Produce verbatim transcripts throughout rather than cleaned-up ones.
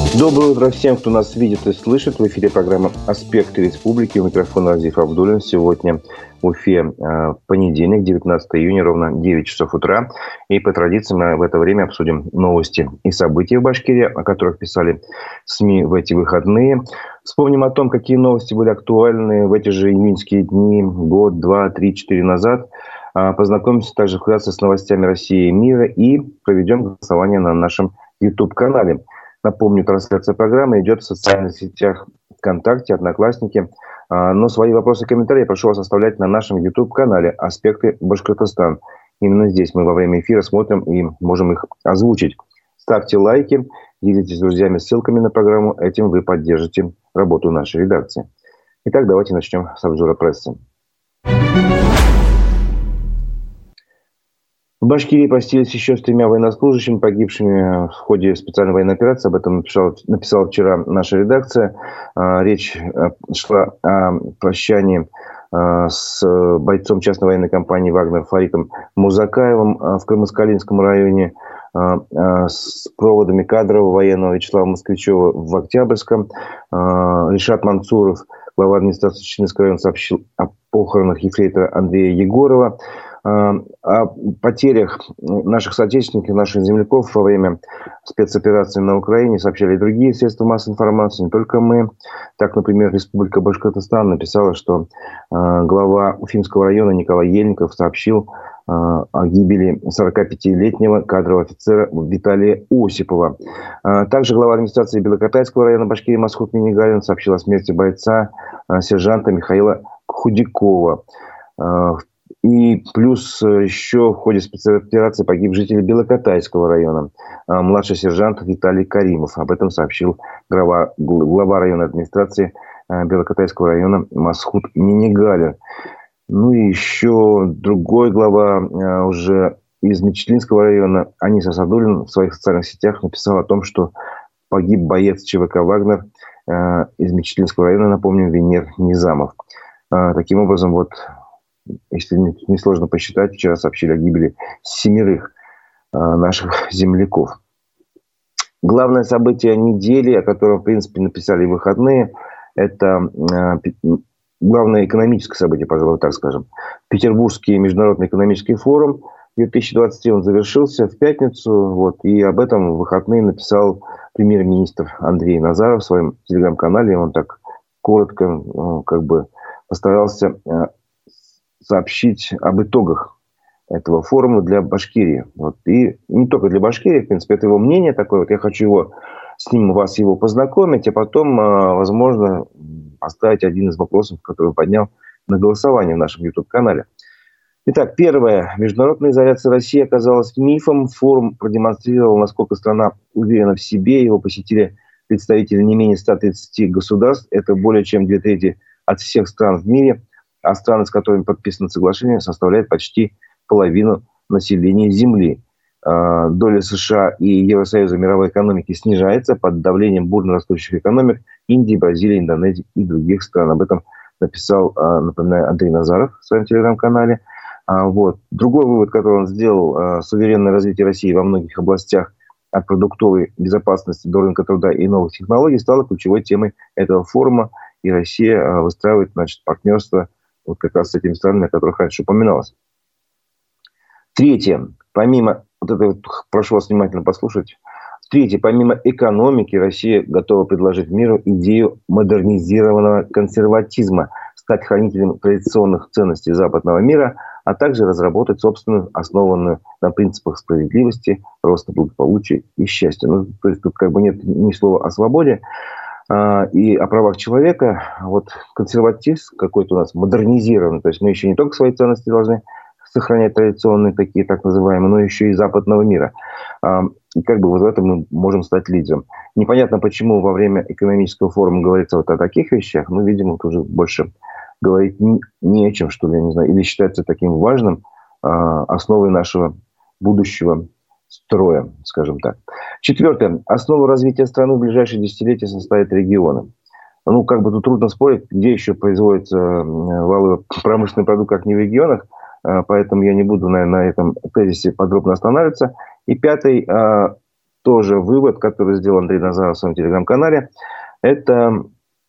Доброе утро всем, кто нас видит и слышит. В эфире программа «Аспекты республики». У микрофона Разиф Абдуллин. Сегодня в Уфе э, понедельник, девятнадцатого июня, ровно девять часов утра. И по традиции мы в это время обсудим новости и события в Башкирии, о которых писали СМИ в эти выходные. Вспомним о том, какие новости были актуальны в эти же июньские дни год, два, три, четыре назад. Э, познакомимся также вкратце с новостями России и мира и проведем голосование на нашем YouTube-канале. Напомню, трансляция программы идет в социальных сетях ВКонтакте, Одноклассники. Но свои вопросы и комментарии я прошу вас оставлять на нашем YouTube-канале «Аспекты Башкортостан». Именно здесь мы во время эфира смотрим и можем их озвучить. Ставьте лайки, делитесь с друзьями ссылками на программу. Этим вы поддержите работу нашей редакции. Итак, давайте начнем с обзора прессы. В Башкирии простились еще с тремя военнослужащими, погибшими в ходе специальной военной операции. Об этом написала, написала вчера наша редакция. Речь шла о прощании с бойцом частной военной компании «Вагнер» Фаритом Музакаевым в Крымоскалинском районе, с проводами кадрового военного Вячеслава Москвичева в Октябрьском. Ришат Мансуров, глава администрации Чеченского района, сообщил о похоронах ефрейтора Андрея Егорова. О потерях наших соотечественников, наших земляков во время спецоперации на Украине сообщали и другие средства массовой информации, не только мы. Так, например, Республика Башкортостан написала, что глава Уфимского района Николай Ельников сообщил о гибели сорокапятилетнего кадрового офицера Виталия Осипова. Также глава администрации Белокатайского района Башкирии Масхут Минигалин сообщил о смерти бойца сержанта Михаила Худякова. И плюс еще в ходе спецоперации погиб житель Белокатайского района, младший сержант Виталий Каримов. Об этом сообщил глава, глава районной администрации Белокатайского района Масхут Минигалин. Ну и еще другой глава уже из Мечетлинского района, Анис Асадуллин, в своих социальных сетях написал о том, что погиб боец ЧВК «Вагнер» из Мечетлинского района, напомню, Венер Низамов. Таким образом, вот... Если несложно посчитать, вчера сообщили о гибели семерых э, наших земляков. Главное событие недели, о котором, в принципе, написали в выходные, это э, главное экономическое событие, пожалуй, так скажем. Петербургский международный экономический форум две тысячи двадцать три, он завершился в пятницу. Вот, и об этом в выходные написал премьер-министр Андрей Назаров в своем телеграм-канале. Он так коротко э, как бы постарался... Э, сообщить об итогах этого форума для Башкирии. Вот. И не только для Башкирии, в принципе, это его мнение такое. Вот я хочу его, с ним вас его познакомить, а потом, возможно, поставить один из вопросов, который он поднял на голосование в нашем YouTube-канале. Итак, первое. Международная изоляция России оказалась мифом. Форум продемонстрировал, насколько страна уверена в себе. Его посетили представители не менее ста тридцати государств. Это более чем две трети от всех стран в мире. А страны, с которыми подписано соглашение, составляют почти половину населения Земли. Доля США и Евросоюза в мировой экономике снижается под давлением бурно растущих экономик Индии, Бразилии, Индонезии и других стран. Об этом написал, напоминаю, Андрей Назаров в своем телеграм-канале. Вот. Другой вывод, который он сделал: суверенное развитие России во многих областях, от продуктовой безопасности до рынка труда и новых технологий, стало ключевой темой этого форума. И Россия выстраивает, значит, партнерство вот как раз с этими странами, о которых раньше упоминалось. Третье. Помимо... Вот это вот, прошу вас внимательно послушать. Третье. Помимо экономики, Россия готова предложить миру идею модернизированного консерватизма, стать хранителем традиционных ценностей западного мира, а также разработать собственную, основанную на принципах справедливости, роста благополучия и счастья. Ну, то есть тут как бы нет ни слова о свободе и о правах человека. Вот консерватизм какой-то у нас модернизирован. То есть мы еще не только свои ценности должны сохранять, традиционные такие, так называемые, но еще и западного мира. И как бы вот в этом мы можем стать лидером. Непонятно, почему во время экономического форума говорится вот о таких вещах. Ну, видимо, уже больше говорить не, не о чем, что ли, я не знаю. Или считается таким важным основой нашего будущего строя, скажем так. Четвертое. Основу развития страны в ближайшие десятилетия составят регионы. Ну, как бы тут трудно спорить, где еще производится валовый промышленный продукт, как не в регионах. Поэтому я не буду, наверное, на этом тезисе подробно останавливаться. И пятый. тоже вывод, который сделал Андрей Назаров в своем телеграм-канале, это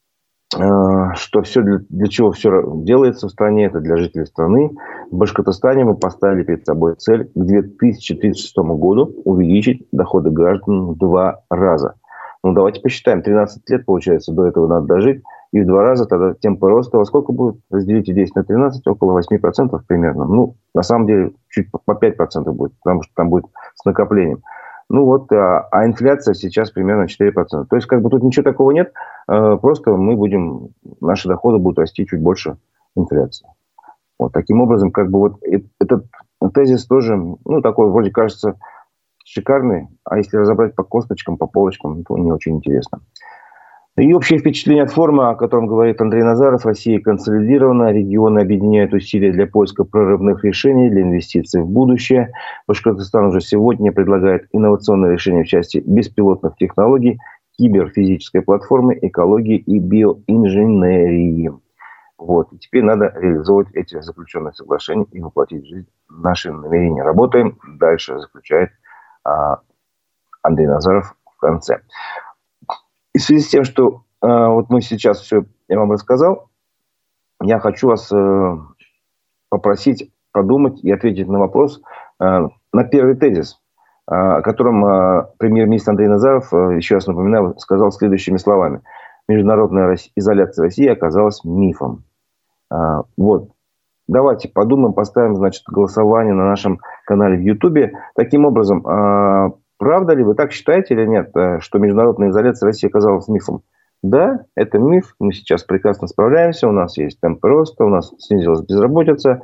что все для, для чего все делается в стране, это для жителей страны. В Башкортостане мы поставили перед собой цель к две тысячи тридцать шестому году увеличить доходы граждан в два раза. Ну, давайте посчитаем. тринадцать лет, получается, до этого надо дожить. И в два раза тогда темпы роста во сколько будет? Разделите десять на тринадцать, около восемь процентов примерно. Ну, на самом деле, чуть по пять процентов будет, потому что там будет с накоплением. Ну вот, а, а инфляция сейчас примерно четыре процента. То есть, как бы тут ничего такого нет, э, просто мы будем, наши доходы будут расти чуть больше инфляции. Вот таким образом, как бы вот этот тезис тоже, ну, такой, вроде кажется, шикарный, а если разобрать по косточкам, по полочкам, то не очень интересно. И общее впечатление от форума, о котором говорит Андрей Назаров: Россия консолидирована, регионы объединяют усилия для поиска прорывных решений, для инвестиций в будущее. Башкортостан уже сегодня предлагает инновационные решения в части беспилотных технологий, киберфизической платформы, экологии и биоинженерии. Вот. И теперь надо реализовывать эти заключенные соглашения и воплотить в жизнь наши намерения. Работаем дальше, заключает а, Андрей Назаров в конце. И в связи с тем, что э, вот мы сейчас все, я вам рассказал, я хочу вас э, попросить подумать и ответить на вопрос, э, на первый тезис, э, о котором э, премьер-министр Андрей Назаров, э, еще раз напоминаю, сказал следующими словами: международная изоляция России оказалась мифом. Э, вот. Давайте подумаем, поставим, значит, голосование на нашем канале в Ютубе. Таким образом, э, правда ли вы так считаете или нет, что международная изоляция России оказалась мифом? Да, это миф. Мы сейчас прекрасно справляемся. У нас есть темпы роста, у нас снизилась безработица.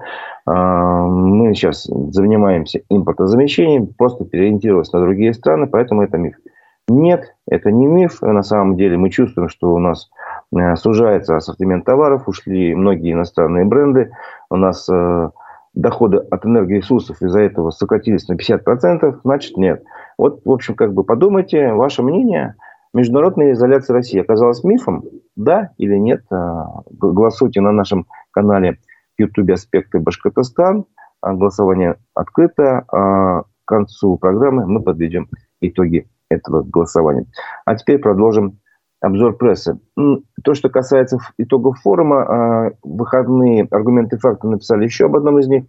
Мы сейчас занимаемся импортозамещением, просто переориентировались на другие страны, поэтому это миф. Нет, это не миф. На самом деле мы чувствуем, что у нас сужается ассортимент товаров, ушли многие иностранные бренды. У нас доходы от энергоресурсов из-за этого сократились на пятьдесят процентов, значит, нет. Вот, в общем, как бы подумайте, ваше мнение. Международная изоляция России оказалась мифом? Да или нет? Голосуйте на нашем канале в Ютубе «Аспекты Башкортостан». Голосование открыто. К концу программы мы подведем итоги этого голосования. А теперь продолжим обзор прессы. То, что касается итогов форума, выходные аргументы и факты написали еще об одном из них.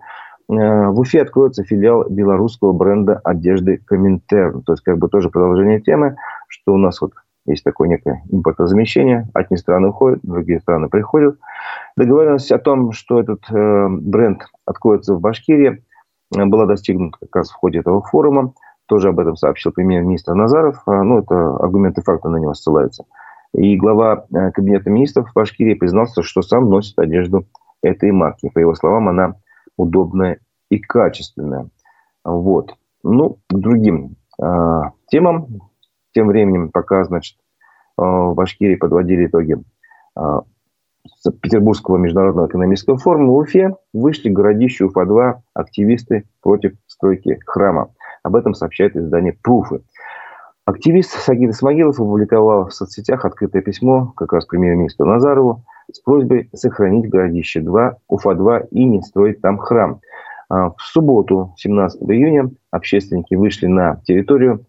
В Уфе откроется филиал белорусского бренда одежды Коминтерн. То есть, как бы тоже продолжение темы, что у нас вот есть такое некое импортозамещение. Одни страны уходят, другие страны приходят. Договоренность о том, что этот бренд откроется в Башкирии, была достигнута как раз в ходе этого форума. Тоже об этом сообщил премьер-министр Назаров. Ну, это аргументы и факты, на него ссылаются. И глава кабинета министров в Башкирии признался, что сам носит одежду этой марки. По его словам, она удобная и качественная. Вот. Ну, к другим э, темам. Тем временем, пока, значит, э, в Башкирии подводили итоги э, Петербургского международного экономического форума, в Уфе вышли к городищу Уфа-два активисты против стройки храма. Об этом сообщает издание «Пруфы». Активист Сагит Исмагилов опубликовал в соцсетях открытое письмо как раз премьер-министру Назарову с просьбой сохранить городище два, Уфа-два и не строить там храм. В субботу, семнадцатого июня, общественники вышли на территорию,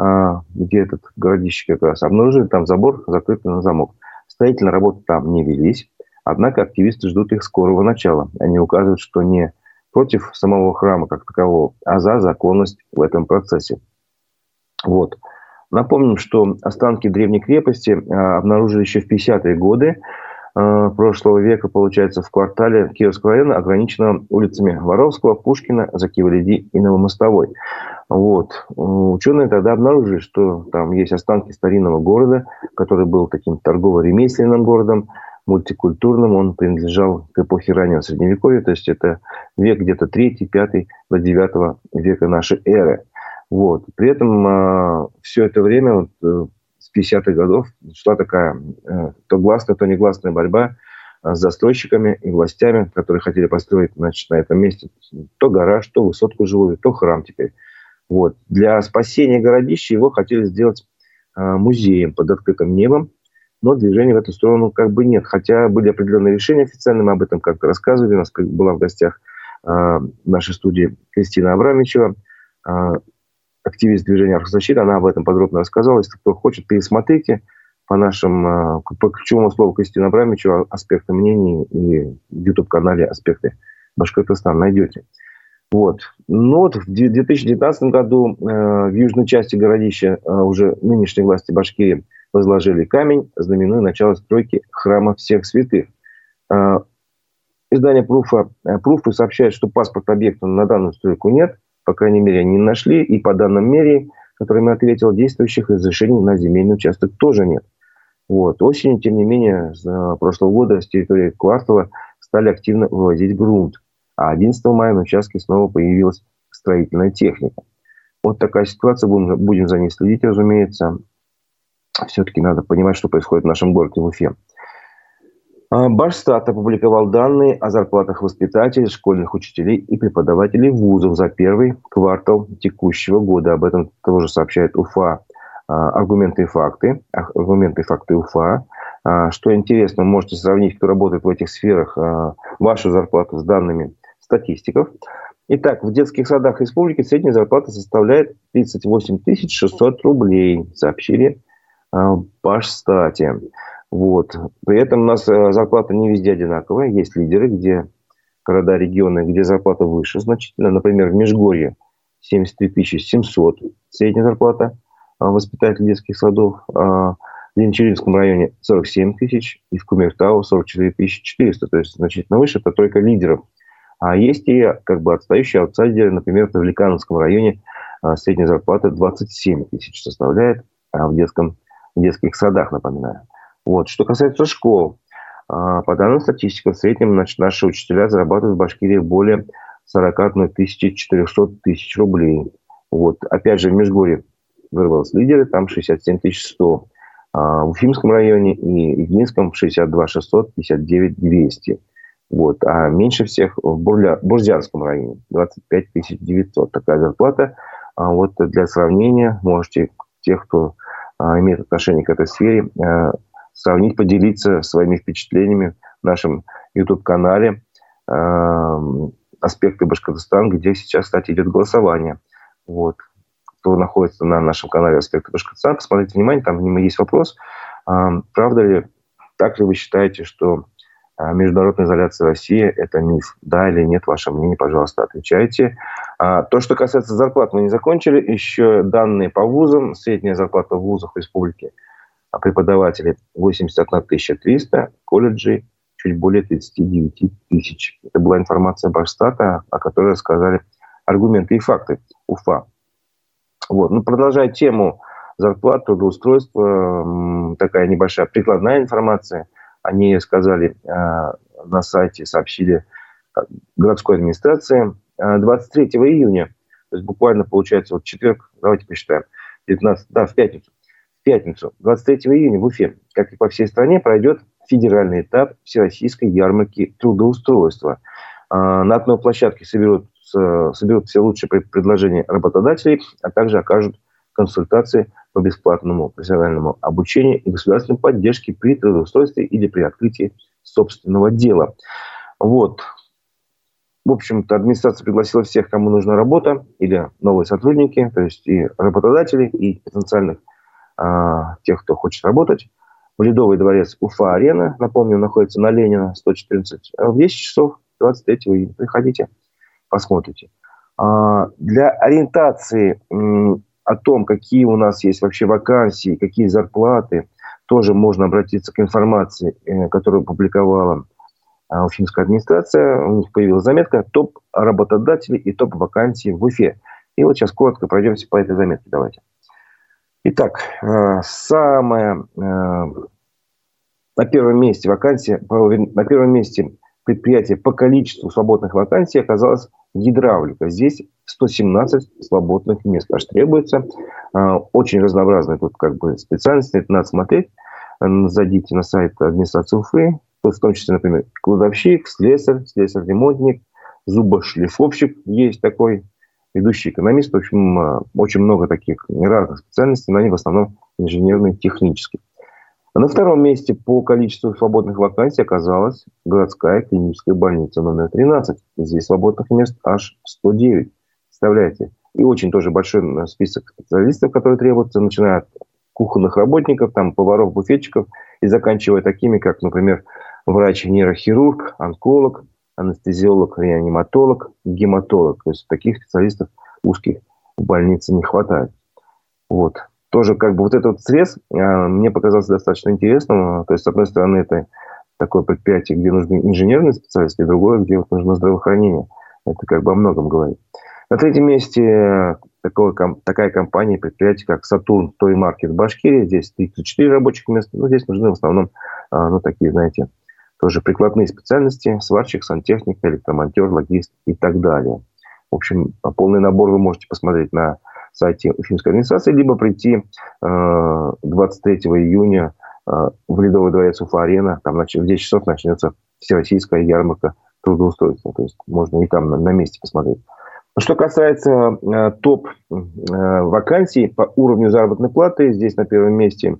где этот городище как раз обнаружили. Там забор закрытый на замок. Строительные работы там не велись, однако активисты ждут их скорого начала. Они указывают, что не против самого храма как такового, а за законность в этом процессе. Вот. Напомним, что останки древней крепости обнаружили еще в пятидесятые годы прошлого века, получается, в квартале Кировского района, ограниченного улицами Воровского, Пушкина, Закивалиди и Новомостовой. Вот. Ученые тогда обнаружили, что там есть останки старинного города, который был таким торгово-ремесленным городом, мультикультурным. Он принадлежал к эпохе раннего Средневековья, то есть это век где-то третий, пятый до девятого века нашей эры. Вот. При этом э, все это время, вот, э, с пятидесятых годов, шла такая э, то гласная, то негласная борьба э, с застройщиками и властями, которые хотели построить, значит, на этом месте то гараж, то высотку жилую, то храм теперь. Вот. Для спасения городища его хотели сделать э, музеем под открытым небом, но движения в эту сторону как бы нет. Хотя были определенные решения официальные, мы об этом как-то рассказывали. У нас была в гостях э, в нашей студии Кристина Абрамичева. Э, активист движения «Архозащита», она об этом подробно рассказала. Если кто хочет, пересмотрите по нашим, по ключевому слову Кристины Абрамовичу «Аспекты мнений» и в YouTube-канале «Аспекты Башкортостана» найдете. Вот. Но вот в две тысячи девятнадцатом году э, в южной части городища э, уже нынешние власти Башкирии возложили камень, знаменуя начало стройки храма всех святых. Э, издание Пруфа, э, Пруфы сообщает, что паспорт объекта на данную стройку нет, по крайней мере, они не нашли, и по данным мэрии, которыми ответил, действующих разрешений на земельный участок тоже нет. Вот. Осенью, тем не менее, с э, прошлого года с территории квартала стали активно вывозить грунт. А одиннадцатого мая на участке снова появилась строительная техника. Вот такая ситуация. Будем, будем за ней следить, разумеется. Все-таки надо понимать, что происходит в нашем городе в Уфе. Башстат опубликовал данные о зарплатах воспитателей, школьных учителей и преподавателей вузов за первый квартал текущего года. Об этом тоже сообщает Уфа. Аргументы и факты. Аргументы и факты Уфа. Что интересно, можете сравнить, кто работает в этих сферах, вашу зарплату с данными статистиков. Итак, в детских садах республики средняя зарплата составляет тридцать восемь тысяч шестьсот рублей, сообщили в Башстате. Вот. При этом у нас зарплата не везде одинаковая. Есть лидеры, где города, регионы, где зарплата выше значительно. Например, в Межгорье семьдесят три тысячи семьсот средняя зарплата воспитателей детских садов. В Ленчеринском районе сорок семь тысяч и в Кумертау сорок четыре тысячи четыреста. То есть значительно выше. Это только лидеров. А есть и как бы отстающие аутсайдеры. Например, в Тавликановском районе средняя зарплата двадцать семь тысяч составляет в, детском, в детских садах, напоминаю. Вот. Что касается школ. По данным статистики, в среднем значит, наши учителя зарабатывают в Башкирии более сорок одна тысяча четыреста тысяч рублей. Вот. Опять же, в Межгорье вырвалось лидеры, там шестьдесят семь тысяч сто. В Уфимском районе и в Минском шестьдесят два тысячи шестьсот, пятьдесят девять тысяч двести. Вот. А меньше всех в Бурля... Бурзянском районе двадцать пять тысяч девятьсот. Такая зарплата. А вот для сравнения можете тех, кто а, имеет отношение к этой сфере, а, сравнить, поделиться своими впечатлениями в нашем YouTube-канале а, «Аспекты Башкортостана», где сейчас, кстати, идет голосование. Вот. Кто находится на нашем канале «Аспекты Башкортостана», посмотрите внимание, там есть вопрос. А, правда ли, так ли вы считаете, что международная изоляция России – это миф? Да или нет? Ваше мнение, пожалуйста, отвечайте. А, то, что касается зарплат, мы не закончили. Еще данные по вузам. Средняя зарплата в вузах республики преподавателей восемьдесят одна тысяча триста, колледжей чуть более тридцать девять тысяч. Это была информация Башстата, о которой рассказали аргументы и факты Уфа. Вот. Ну, продолжая тему зарплат, трудоустройства, такая небольшая прикладная информация. Они сказали э, на сайте, сообщили э, городской администрации э, двадцать третьего июня, то есть буквально получается вот четверг, давайте посчитаем, девятнадцатого, да, в пятницу. В пятницу, двадцать третьего июня в Уфе, как и по всей стране, пройдет федеральный этап Всероссийской ярмарки трудоустройства. Э, на одной площадке соберут, э, соберут все лучшие предложения работодателей, а также окажут консультации по бесплатному профессиональному обучению и государственной поддержке при трудоустройстве или при открытии собственного дела. Вот. В общем-то, администрация пригласила всех, кому нужна работа или новые сотрудники, то есть и работодатели, и потенциальных а, тех, кто хочет работать. В Ледовый дворец Уфа-Арена, напомню, находится на Ленина, сто четырнадцать, в десять часов двадцать третьего июня. Приходите, посмотрите. А, для ориентации о том, какие у нас есть вообще вакансии, какие зарплаты, тоже можно обратиться к информации, которую публиковала уфимская администрация. У них появилась заметка «Топ работодателей и топ вакансий в Уфе». И вот сейчас коротко пройдемся по этой заметке. Давайте. Итак, самое на первом месте вакансия, на первом месте предприятие по количеству свободных вакансий оказалось гидравлика. Здесь сто семнадцать свободных мест аж требуется. Очень разнообразные тут как бы специальности. Это надо смотреть. Зайдите на сайт администрации Уфы. В том числе, например, кладовщик, слесарь, слесарь-ремонтник, зубошлифовщик есть такой, ведущий экономист. В общем, очень много таких разных специальностей, но они в основном инженерные, технические. На втором месте по количеству свободных вакансий оказалась городская клиническая больница номер тринадцать. Здесь свободных мест аж сто девять. Представляете? И очень тоже большой список специалистов, которые требуются, начиная от кухонных работников, там, поваров, буфетчиков, и заканчивая такими, как, например, врач-нейрохирург, онколог, анестезиолог, реаниматолог, гематолог. То есть таких специалистов узких в больнице не хватает. Вот. Тоже как бы вот этот вот срез а, мне показался достаточно интересным. То есть, с одной стороны, это такое предприятие, где нужны инженерные специалисты, и другое, где вот нужно здравоохранение. Это как бы о многом говорит. На третьем месте такое, такая компания, предприятие, как Сатурн Той Маркет Башкирия. Здесь тридцать четыре рабочих места. Но здесь нужны в основном, ну, такие, знаете, тоже прикладные специальности. Сварщик, сантехник, электромонтер, логист и так далее. В общем, полный набор вы можете посмотреть на сайте Уфимской администрации, либо прийти двадцать третьего июня в Ледовый дворец Уфа-Арена. Там в десять часов начнется всероссийская ярмарка трудоустройства. То есть можно и там на, на месте посмотреть. Что касается э, топ э, вакансий по уровню заработной платы, здесь на первом месте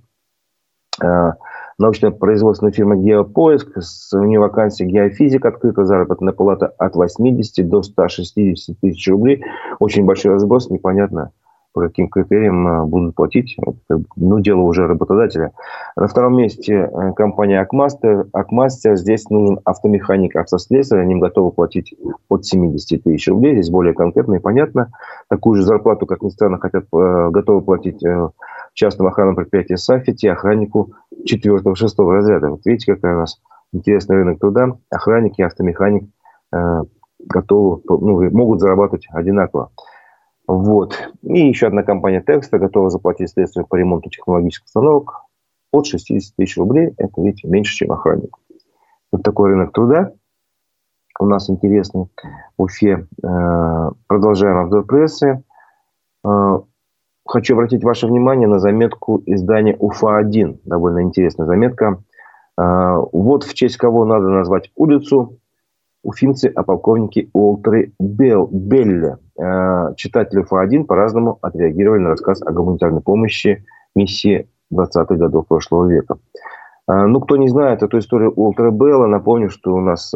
э, научно-производственная фирма «Геопоиск». У нее вакансия геофизик, открыта заработная плата от восьмидесяти до ста шестидесяти тысяч рублей. Очень большой разброс, непонятно, по каким критериям будут платить. Ну, дело уже работодателя. На втором месте компания «Акмастер». «Акмастер». Здесь нужен автомеханик, автослесарь. Они готовы платить от семидесяти тысяч рублей. Здесь более конкретно и понятно. Такую же зарплату, как ни странно, хотят, готовы платить частному охранному предприятию «Сафити», охраннику четвертого-шестого разряда. Вот видите, какой у нас интересный рынок труда. Охранник и автомеханик э, готовы, ну, могут зарабатывать одинаково. Вот. И еще одна компания «Текстра» готова заплатить средства по ремонту технологических установок от шестидесяти тысяч рублей. Это, видите, меньше, чем охранник. Вот такой рынок труда у нас интересный в Уфе. Э, продолжаем обзор прессы. Э, Хочу обратить ваше внимание на заметку издания Уфа один. Довольно интересная заметка. Вот в честь кого надо назвать улицу. Уфимцы о полковнике Уолтере Белле. Читатели Уфа один по-разному отреагировали на рассказ о гуманитарной помощи миссии двадцатых годов прошлого века. Ну, кто не знает эту историю Уолтера Белла, напомню, что у нас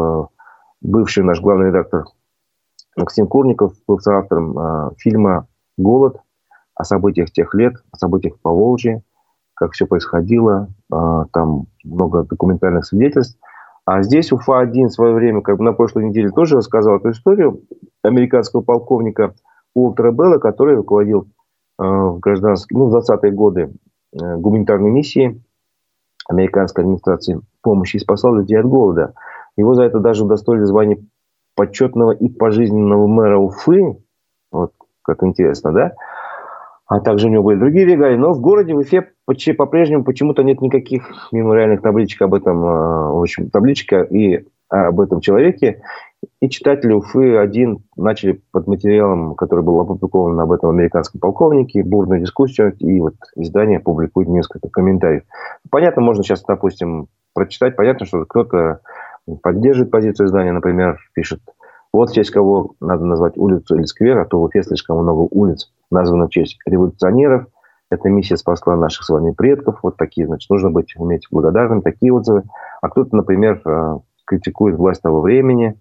бывший наш главный редактор Максим Курников был соавтором фильма «Голод», о событиях тех лет, о событиях по Волжье, как все происходило. Там много документальных свидетельств. А здесь Уфа один в свое время, как бы на прошлой неделе, тоже рассказал эту историю американского полковника Уолтера Белла, который руководил в гражданские, ну, в двадцатые годы гуманитарной миссией американской администрации помощи и спасал людей от голода. Его за это даже удостоили звания почетного и пожизненного мэра Уфы. Вот как интересно, да? А также у него были другие регалии. Но в городе, в Уфе, по-прежнему почему-то нет никаких мемориальных табличек об этом, в общем, табличка и об этом человеке. И читатели Уфы один начали под материалом, который был опубликован об этом американском полковнике, бурную дискуссию. И вот издание публикует несколько комментариев. Понятно, можно сейчас, допустим, прочитать. Понятно, что кто-то поддерживает позицию издания, например, пишет: вот в честь кого надо назвать улицу или сквер, а то в Уфе слишком много улиц названо в честь революционеров. Эта миссия спасла наших с вами предков. Вот такие, значит, нужно быть, уметь благодарным. Такие отзывы. А кто-то, например, критикует власть того времени.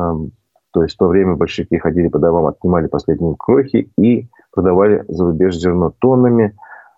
То есть в то время большевики ходили по домам, отнимали последние крохи и продавали за рубеж зерно тоннами.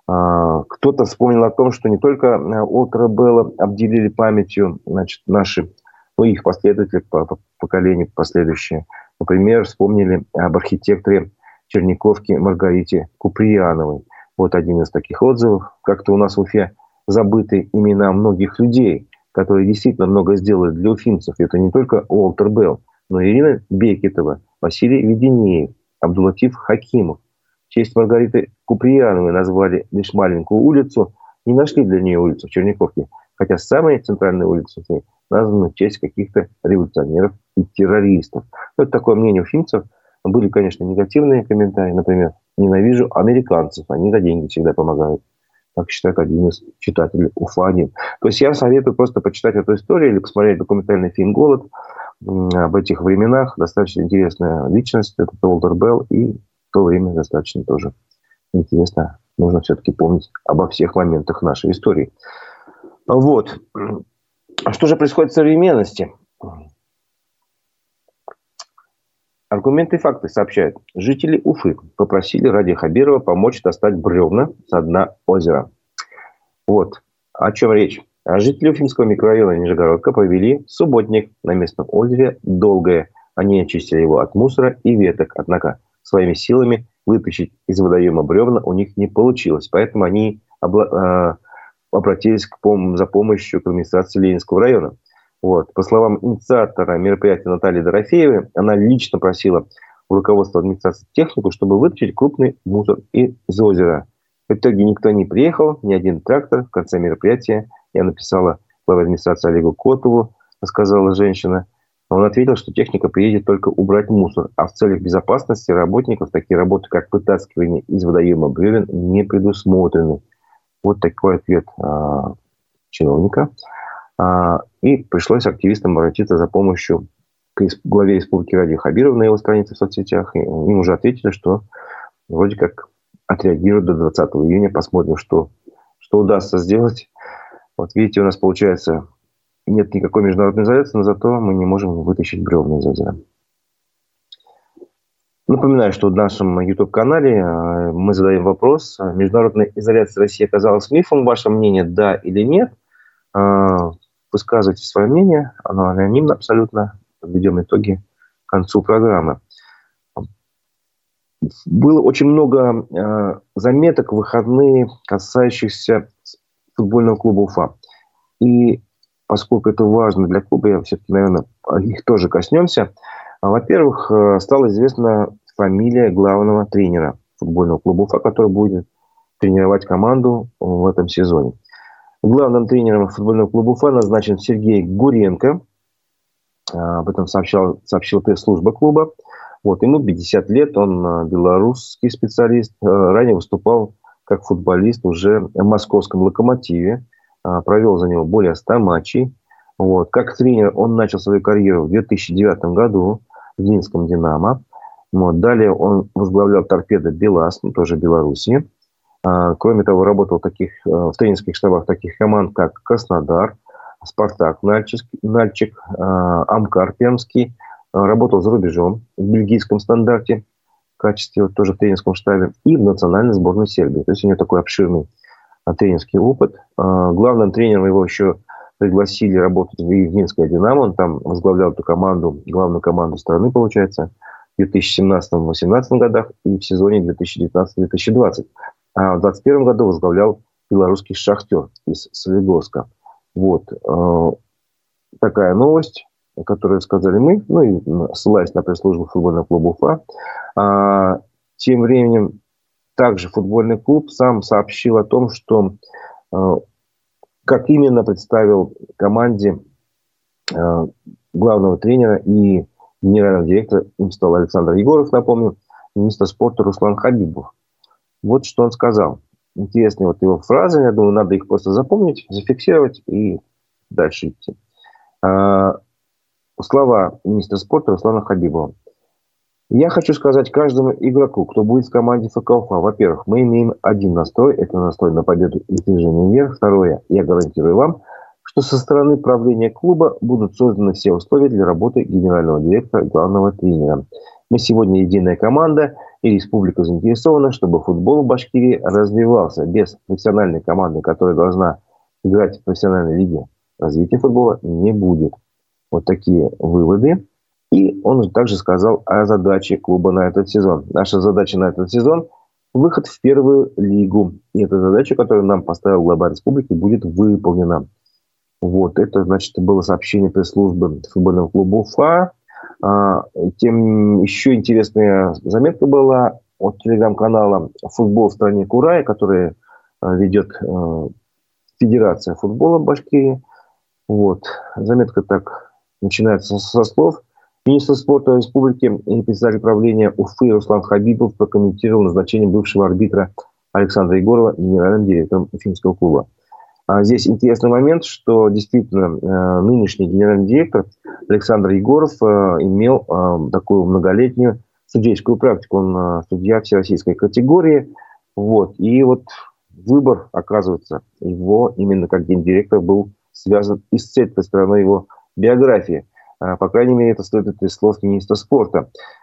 Кто-то вспомнил о том, что не только Уолтера Белла обделили памятью, значит, наши, ну, их последователи по поколению последующие. Например, вспомнили об архитекторе Черниковки Маргарите Куприяновой. Вот один из таких отзывов. Как-то у нас в Уфе забыты имена многих людей, которые действительно много сделали для уфимцев. Это не только Уолтер Белл, но и Ирина Бекетова, Василий Веденеев, Абдулатиф Хакимов. В честь Маргариты Куприяновой назвали лишь маленькую улицу. Не нашли для нее улицу в Черниковке. Хотя самые центральные улицы названы в честь каких-то революционеров и террористов. Это такое мнение уфимцев. Были, конечно, негативные комментарии. Например, ненавижу американцев. Они за деньги всегда помогают. Так считает один из читателей Уфа один. То есть я советую просто почитать эту историю или посмотреть документальный фильм «Голод» об этих временах. Достаточно интересная личность. Это Уолтер Белл. И в то время достаточно тоже интересно. Нужно все-таки помнить обо всех моментах нашей истории. Вот. Что же происходит в современности? Аргументы и факты сообщают. Жители Уфы попросили Ради Хабирова помочь достать бревна со дна озера. Вот о чем речь. А жители Уфимского микрорайона Нижегородка провели субботник на местном озере Долгое. Они очистили его от мусора и веток. Однако своими силами вытащить из водоема бревна у них не получилось. Поэтому они обла- э, обратились к пом- за помощью к администрации Ленинского района. Вот. По словам инициатора мероприятия Натальи Дорофеевой, она лично просила у руководства администрации технику, чтобы вытащить крупный мусор из озера. В итоге никто не приехал, ни один трактор. В конце мероприятия я написала главе администрации Олегу Котову, сказала женщина. Он ответил, что техника приедет только убрать мусор, а в целях безопасности работников такие работы, как вытаскивание из водоема бревен, не предусмотрены. Вот такой ответ а, чиновника. А, и пришлось активистам обратиться за помощью к главе республики Ради Хабирову на его странице в соцсетях. И им уже ответили, что вроде как отреагируют до двадцатого июня. Посмотрим, что, что удастся сделать. Вот видите, у нас получается нет никакой международной изоляции, но зато мы не можем вытащить бревна из озера. Напоминаю, что в нашем YouTube-канале мы задаем вопрос. Международная изоляция России оказалась мифом? Ваше мнение, да или нет? Высказывайте свое мнение. Оно анонимно абсолютно. Подведем итоги к концу программы. Было очень много э, заметок в выходные, касающихся футбольного клуба Уфа. И поскольку это важно для клуба, я все-таки, наверное, их тоже коснемся. Во-первых, стала известна фамилия главного тренера футбольного клуба Уфа, который будет тренировать команду в этом сезоне. Главным тренером футбольного клуба Уфа назначен Сергей Гуренко. Об этом сообщал, сообщила пресс-служба клуба. Вот, ему пятьдесят лет, он белорусский специалист. Ранее выступал как футболист уже в московском «Локомотиве». Провел за него более ста матчей. Вот. Как тренер он начал свою карьеру в две тысячи девятом году в Минском «Динамо». Вот. Далее он возглавлял «Торпедо Белас», ну, тоже в Беларуси. Кроме того, работал в, таких, в тренерских штабах таких команд, как Краснодар, Спартак Нальчик, Нальчик Амкар Пермский. Работал за рубежом в бельгийском стандарте в качестве вот, тоже в тренерском штабе и в национальной сборной Сербии. То есть у него такой обширный тренерский опыт. Главным тренером его еще пригласили работать в Минское «Динамо». Он там возглавлял эту команду, главную команду страны, получается, в две тысячи семнадцатом — две тысячи восемнадцатом годах и в сезоне две тысячи девятнадцатом — две тысячи двадцатом. А в две тысячи двадцать первом году возглавлял белорусский «Шахтер» из Солигорска. Вот. Такая новость, которую сказали мы, ну и ссылаясь на пресс-службу футбольного клуба Уфа. А, тем временем также футбольный клуб сам сообщил о том, что а, как именно представил команде а, главного тренера и генерального директора, им стал Александр Егоров, напомню, министр спорта Руслан Хабибов. Вот что он сказал. Интересные вот его фразы, я думаю, надо их просто запомнить, зафиксировать и дальше идти. А, слова министра спорта Руслана Хабибова. Я хочу сказать каждому игроку, кто будет в команде ФК Уфа. Во-первых, мы имеем один настрой. Это настрой на победу и движение вверх. Второе, я гарантирую вам, что со стороны правления клуба будут созданы все условия для работы генерального директора, главного тренера. Мы сегодня единая команда, и республика заинтересована, чтобы футбол в Башкирии развивался. Без профессиональной команды, которая должна играть в профессиональной лиге, развития футбола не будет. Вот такие выводы. И он также сказал о задаче клуба на этот сезон. Наша задача на этот сезон – выход в первую лигу. И эта задача, которую нам поставил глава республики, будет выполнена. Вот это, значит, было сообщение пресс-службы футбольного клуба Уфа. А, тем еще интересная заметка была от телеграм-канала «Футбол в стране Курай», который а, ведет а, Федерация футбола Башкирии. Вот. Заметка так начинается со слов. Министр спорта республики и председатель правления Уфы Руслан Хабибов прокомментировал назначение бывшего арбитра Александра Егорова генеральным директором Уфимского клуба. А здесь интересный момент, что действительно нынешний генеральный директор Александр Егоров имел такую многолетнюю судейскую практику. Он судья всероссийской категории. Вот. И вот выбор, оказывается, его именно как гендиректор был связан и с этой стороной его биографии. По крайней мере, это стоит из слов министра спорта.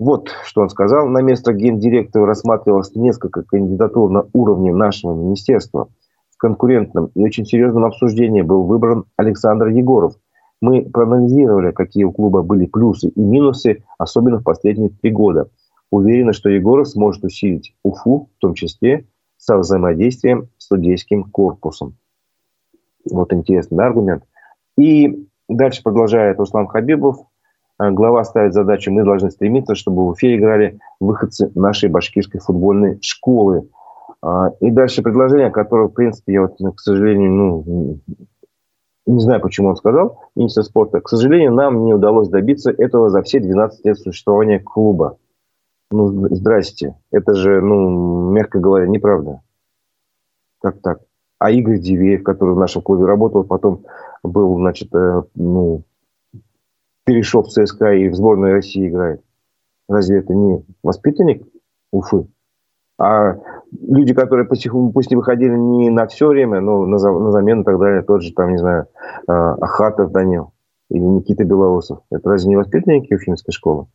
Вот, что он сказал. На место гендиректора рассматривалось несколько кандидатур на уровне нашего министерства. В конкурентном и очень серьезном обсуждении был выбран Александр Егоров. Мы проанализировали, какие у клуба были плюсы и минусы, особенно в последние три года. Уверены, что Егоров сможет усилить Уфу, в том числе со взаимодействием с судейским корпусом. Вот интересный, да, аргумент. И дальше продолжает Руслан Хабибов. Глава ставит задачу: мы должны стремиться, чтобы в Уфе играли выходцы нашей башкирской футбольной школы. И дальше предложение, которое, в принципе, я, вот, к сожалению, ну, не знаю, почему он сказал, министр спорта. К сожалению, нам не удалось добиться этого за все двенадцать лет существования клуба. Ну, здрасте. Это же, ну, мягко говоря, неправда. Как так? А Игорь Дивеев, который в нашем клубе работал, потом был, значит, э, ну, перешел в ЦСКА и в сборной России играет. Разве это не воспитанник Уфы? А люди, которые пусть, пусть и выходили не на все время, но на, на замену и так далее, тот же, там, не знаю, Ахатов Данил или Никита Белоусов. Это разве не воспитанники Уфимской школы?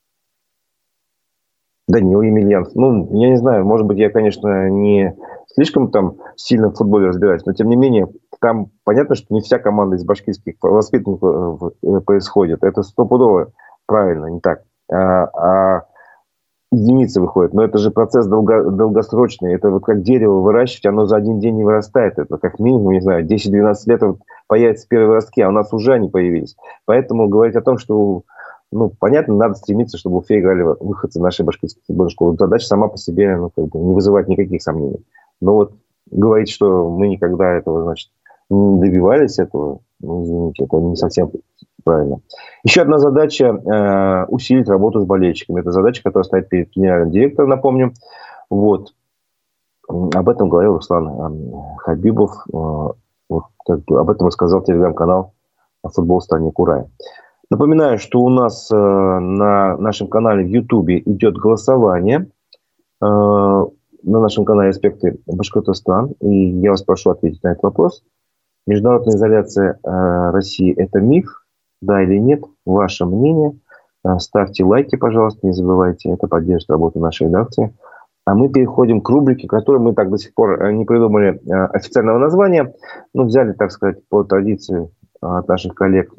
Данил Емельянов. Ну, я не знаю, может быть, я, конечно, не слишком там сильно в футболе разбираюсь, но, тем не менее, там понятно, что не вся команда из башкирских воспитанников происходит. Это стопудово правильно, не так. А, а единицы выходят. Но это же процесс долго, долгосрочный. Это вот как дерево выращивать, оно за один день не вырастает. Это как минимум, не знаю, десять-двенадцать лет вот появятся первые ростки, а у нас уже они появились. Поэтому говорить о том, что, ну, понятно, надо стремиться, чтобы в Уфе играли выходцы нашей башкирской футбольной школы. Задача сама по себе, ну, как бы не вызывает никаких сомнений. Но вот говорить, что мы никогда этого, значит, не добивались этого, ну, извините, это не совсем правильно. Еще одна задача э, – усилить работу с болельщиками. Это задача, которая стоит перед генеральным директором, напомню. Вот. Об этом говорил Руслан э, Хабибов. Э, вот, как бы, об этом рассказал телеграм-канал «Футбол в стране Курай». Напоминаю, что у нас э, на нашем канале в Ютубе идет голосование. Э, на нашем канале «Аспекты Башкортостан». И я вас прошу ответить на этот вопрос. Международная изоляция э, России – это миф? Да или нет? Ваше мнение. Ставьте лайки, пожалуйста, не забывайте. Это поддержит работу нашей редакции. А мы переходим к рубрике, которую мы так до сих пор не придумали официального названия. Но взяли, так сказать, по традиции от наших коллег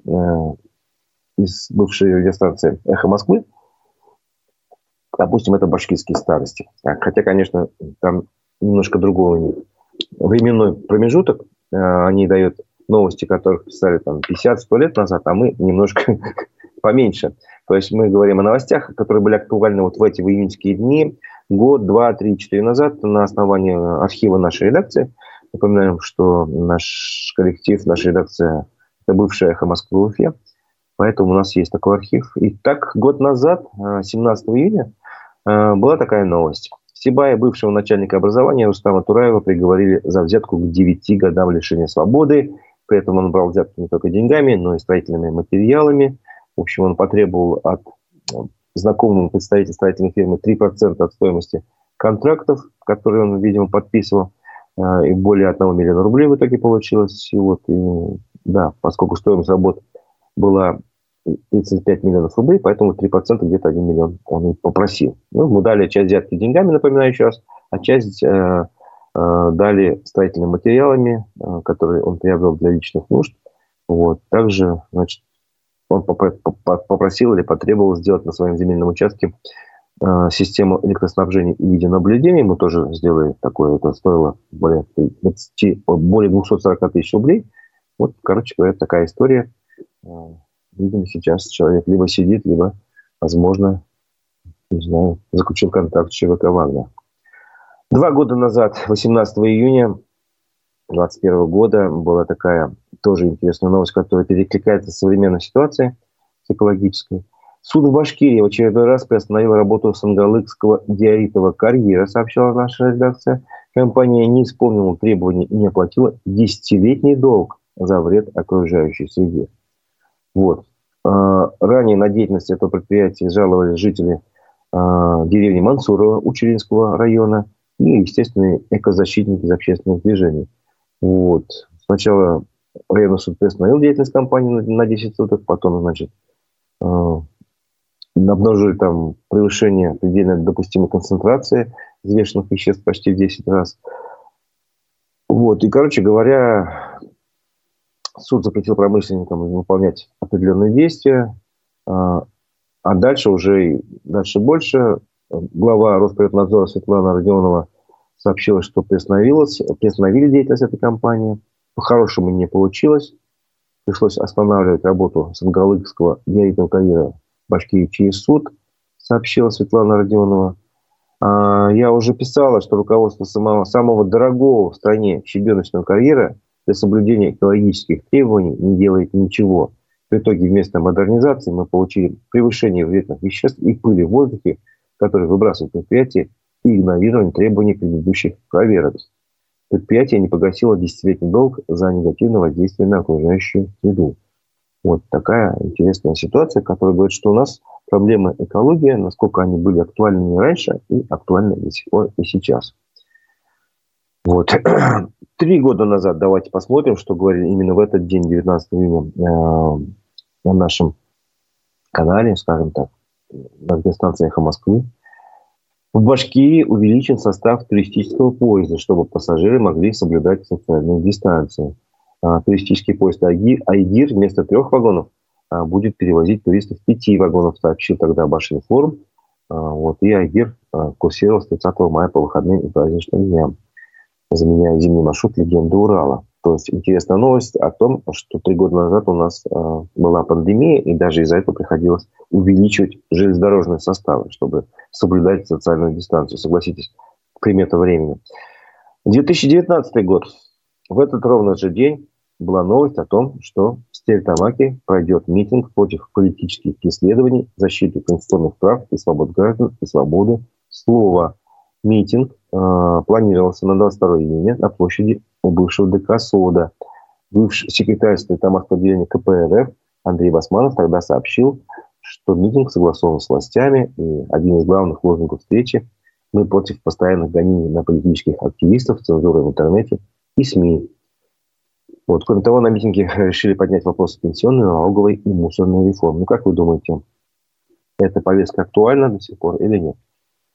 из бывшей радиостанции «Эхо Москвы». Допустим, это башкирские старости. Хотя, конечно, там немножко другой временной промежуток. Они дают новости, которых писали там пятьдесят-сто лет назад, а мы немножко поменьше. То есть мы говорим о новостях, которые были актуальны вот в эти июньские дни, год, два, три, четыре назад на основании архива нашей редакции. Напоминаем, что наш коллектив, наша редакция – это бывшая «Эхо Москвы» в Уфе, поэтому у нас есть такой архив. И так, год назад, семнадцатого июня, была такая новость. Сибая, бывшего начальника образования Рустама Тураева, приговорили за взятку к девяти годам лишения свободы. При этом он брал взятки не только деньгами, но и строительными материалами. В общем, он потребовал от знакомого представителя строительной фирмы три процента от стоимости контрактов, которые он, видимо, подписывал. И более одного миллиона рублей в итоге получилось. И вот, и, да, поскольку стоимость работ была тридцать пять миллионов рублей, поэтому три процента где-то один миллион он и попросил. Ну, мы дали часть взятки деньгами, напоминаю еще раз, а часть э, э, дали строительными материалами, э, которые он приобрел для личных нужд. Вот. Также, значит, он попросил или потребовал сделать на своем земельном участке э, систему электроснабжения и видеонаблюдения. Мы тоже сделали такое, это стоило более, двадцать, более двести сорок тысяч рублей. Вот, короче говоря, такая история. Видимо, сейчас человек либо сидит, либо, возможно, не знаю, заключил контракт с ЧВК «Вагнер». Два года назад, восемнадцатого июня две тысячи двадцать первого года, была такая тоже интересная новость, которая перекликается с современной ситуацией психологической. Суд в Башкирии в очередной раз приостановил работу Сангалыкского диоритового карьера, сообщала наша редакция. Компания не исполнила требований и не оплатила десятилетний долг за вред окружающей среде. Вот. Ранее на деятельность этого предприятия жаловались жители деревни Мансурова Учеринского района и, естественно, экозащитники из общественных движений. Вот. Сначала районный суд приостановил деятельность компании на десять суток, потом, значит, обнаружили там превышение предельно допустимой концентрации взвешенных веществ почти в десять раз. Вот. И, короче говоря, суд запретил промышленникам выполнять определенные действия, а дальше уже дальше больше. Глава Росприроднадзора Светлана Родионова сообщила, что приостановили деятельность этой компании. По-хорошему не получилось. Пришлось останавливать работу Сангалыкского диалитного карьера в Башкирии через суд, сообщила Светлана Родионова. А я уже писала, что руководство самого, самого дорогого в стране щебеночного карьера для соблюдения экологических требований не делает ничего. В итоге вместо модернизации мы получили превышение вредных веществ и пыли в воздухе, которые выбрасывают предприятия, и игнорирование требований предыдущих проверок. Предприятие не погасило десятилетний долг за негативное воздействие на окружающую среду. Вот такая интересная ситуация, которая говорит, что у нас проблемы экологии, насколько они были актуальны раньше и актуальны до сих пор и сейчас. Вот. Три года назад, давайте посмотрим, что говорили именно в этот день, девятнадцатого июня, э, на нашем канале, скажем так, на радиостанции «Эхо Москвы». В Башкирии увеличен состав туристического поезда, чтобы пассажиры могли соблюдать социальную дистанцию. А, туристический поезд «Айгир» вместо трех вагонов а, будет перевозить туристов пяти вагонов, сообщил тогда Башинформ. А, вот, и «Айгир» а, курсировал с тридцатого мая по выходным и праздничным дням, заменяя зимний маршрут «Легенды Урала». То есть интересная новость о том, что три года назад у нас э, была пандемия, и даже из-за этого приходилось увеличивать железнодорожные составы, чтобы соблюдать социальную дистанцию. Согласитесь, примета времени. две тысячи девятнадцатый год. В этот ровно же день была новость о том, что в Стерлитамаке пройдет митинг против политических преследований, защиты конституционных прав и свобод граждан и свободы слова. Митинг э, планировался на двадцать второго июня на площади у бывшего ДК «Сода». Бывший секретарь Стерлитамакского отделения ка пэ эр эф Андрей Басманов тогда сообщил, что митинг согласован с властями, и один из главных лозунгов встречи: «Мы против постоянных гонений на политических активистов, цензуры в интернете и СМИ». Вот. Кроме того, на митинге решили поднять вопросы пенсионной, налоговой и мусорной реформы. Ну, как вы думаете, эта повестка актуальна до сих пор или нет?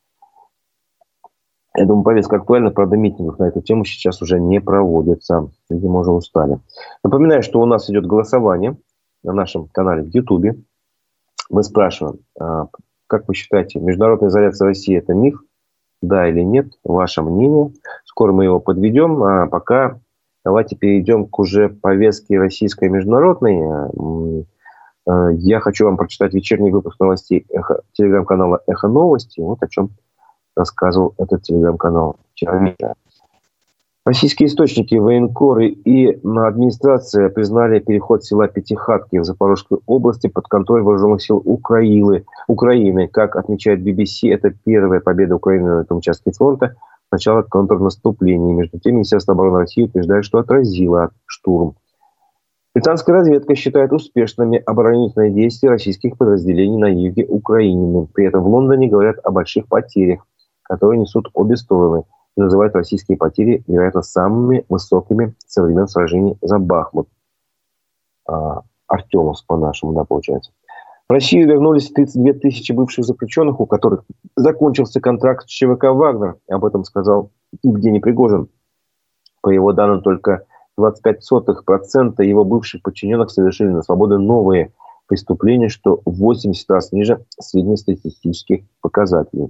Я думаю, повестка актуальна, правда, митингов на эту тему сейчас уже не проводится. Видимо, уже устали. Напоминаю, что у нас идет голосование на нашем канале в Ютубе. Мы спрашиваем, как вы считаете, международная изоляция России – это миф? Да или нет? Ваше мнение. Скоро мы его подведем. А пока давайте перейдем к уже повестке российской и международной. Я хочу вам прочитать вечерний выпуск новостей эхо, телеграм-канала «Эхо Новости». Вот о чем рассказывал этот телеграм-канал вчера вечером. Российские источники, военкоры и администрация признали переход села Пятихатки в Запорожской области под контроль вооруженных сил Украины. Украины. Как отмечает би би си, это первая победа Украины на этом участке фронта, начало контрнаступления. Между тем, Министерство обороны России утверждает, что отразило штурм. Британская разведка считает успешными оборонительные действия российских подразделений на юге Украины. При этом в Лондоне говорят о больших потерях, которые несут обе стороны, и называют российские потери, вероятно, самыми высокими со времен сражений за Бахмут. А, Артемовск, по-нашему, да, получается. В Россию вернулись тридцать две тысячи бывших заключенных, у которых закончился контракт с ЧВК «Вагнер». Об этом сказал Евгений Пригожин. По его данным, только двадцать пять сотых процента его бывших подчиненных совершили на свободу новые преступления, что в восемьдесят раз ниже среднестатистических показателей.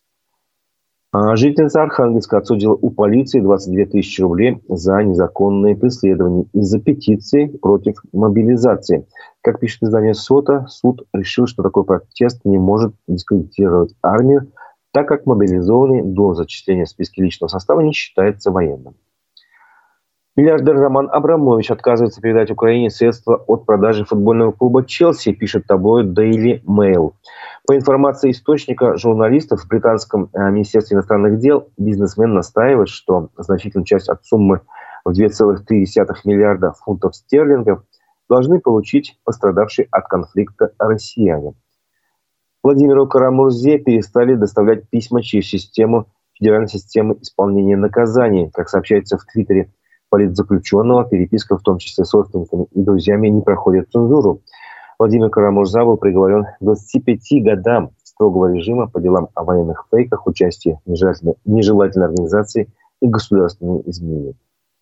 А жительница Архангельска отсудила у полиции двадцать две тысячи рублей за незаконные преследования из-за петиции против мобилизации. Как пишет издание «Сота», суд решил, что такой протест не может дискредитировать армию, так как мобилизованный до зачисления в списке личного состава не считается военным. Миллиардер Роман Абрамович отказывается передать Украине средства от продажи футбольного клуба «Челси», пишет таблоид Daily Mail. По информации источника журналистов в британском Министерстве иностранных дел, бизнесмен настаивает, что значительную часть от суммы в два целых три десятых миллиарда фунтов стерлингов должны получить пострадавшие от конфликта россияне. Владимиру Карамурзе перестали доставлять письма через систему федеральной системы исполнения наказаний. Как сообщается в Твиттере политзаключенного, переписка, в том числе с родственниками и друзьями, не проходит цензуру. Владимир Карамурза был приговорен к двадцати пяти годам строгого режима по делам о военных фейках, участии в нежелательной, нежелательной организации и государственной измене.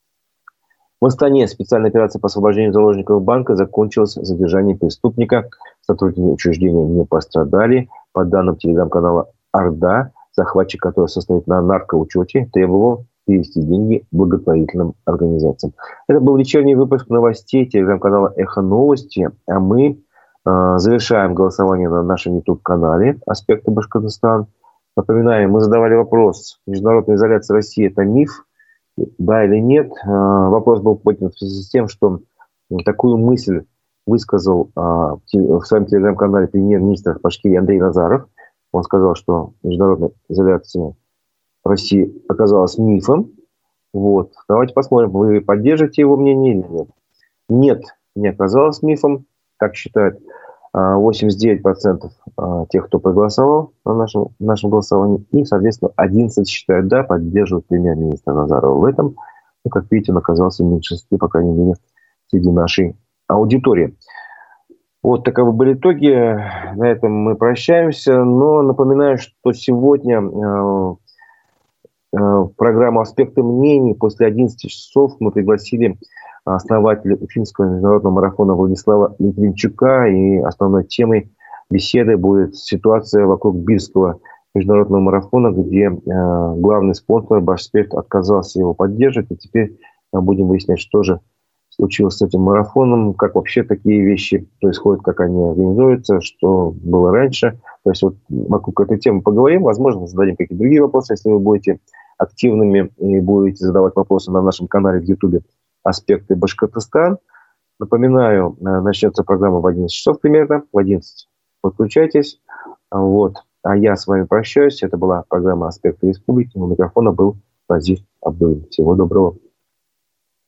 В Астане специальная операция по освобождению заложников банка закончилась задержанием преступника. Сотрудники учреждения не пострадали. По данным телеграм-канала «Орда», захватчик, который состоит на наркоучете, требовал перевести деньги благотворительным организациям. Это был вечерний выпуск новостей телеграм-канала «Эхо Новости». А мы э, завершаем голосование на нашем YouTube-канале «Аспекты Башкортостана». Напоминаю, мы задавали вопрос: международная изоляция России – это миф? Да или нет? Вопрос был поднят в связи с тем, что такую мысль высказал в своем телеграм-канале премьер-министр Башкирии Андрей Назаров. Он сказал, что международная изоляция России оказалась мифом. Вот. Давайте посмотрим, вы поддержите его мнение или нет. Нет, не оказалось мифом, так считают восемьдесят девять процентов тех, кто проголосовал на нашем, нашем голосовании. И, соответственно, одиннадцать считают да, поддерживают премьер-министра Назарова в этом. Ну, как видите, он оказался в меньшинстве, по крайней мере, среди нашей аудитории. Вот таковы были итоги. На этом мы прощаемся. Но напоминаю, что сегодня э, э, в программу «Аспекты мнений» после одиннадцати часов мы пригласили основателя Уфимского международного марафона Владислава Литвинчука. И основной темой беседы будет ситуация вокруг Бирского международного марафона, где э, главный спонсор Башспирт отказался его поддерживать. И теперь мы будем выяснять, что же случилось с этим марафоном, как вообще такие вещи происходят, как они организуются, что было раньше. То есть вот вокруг этой темы поговорим. Возможно, зададим какие-то другие вопросы, если вы будете активными и будете задавать вопросы на нашем канале в Ютубе «Аспекты Башкортостан». Напоминаю, начнется программа в одиннадцать часов примерно. В одиннадцать подключайтесь. Вот. А я с вами прощаюсь. Это была программа «Аспекты Республики». У микрофона был Разиф Абдулин. Всего доброго.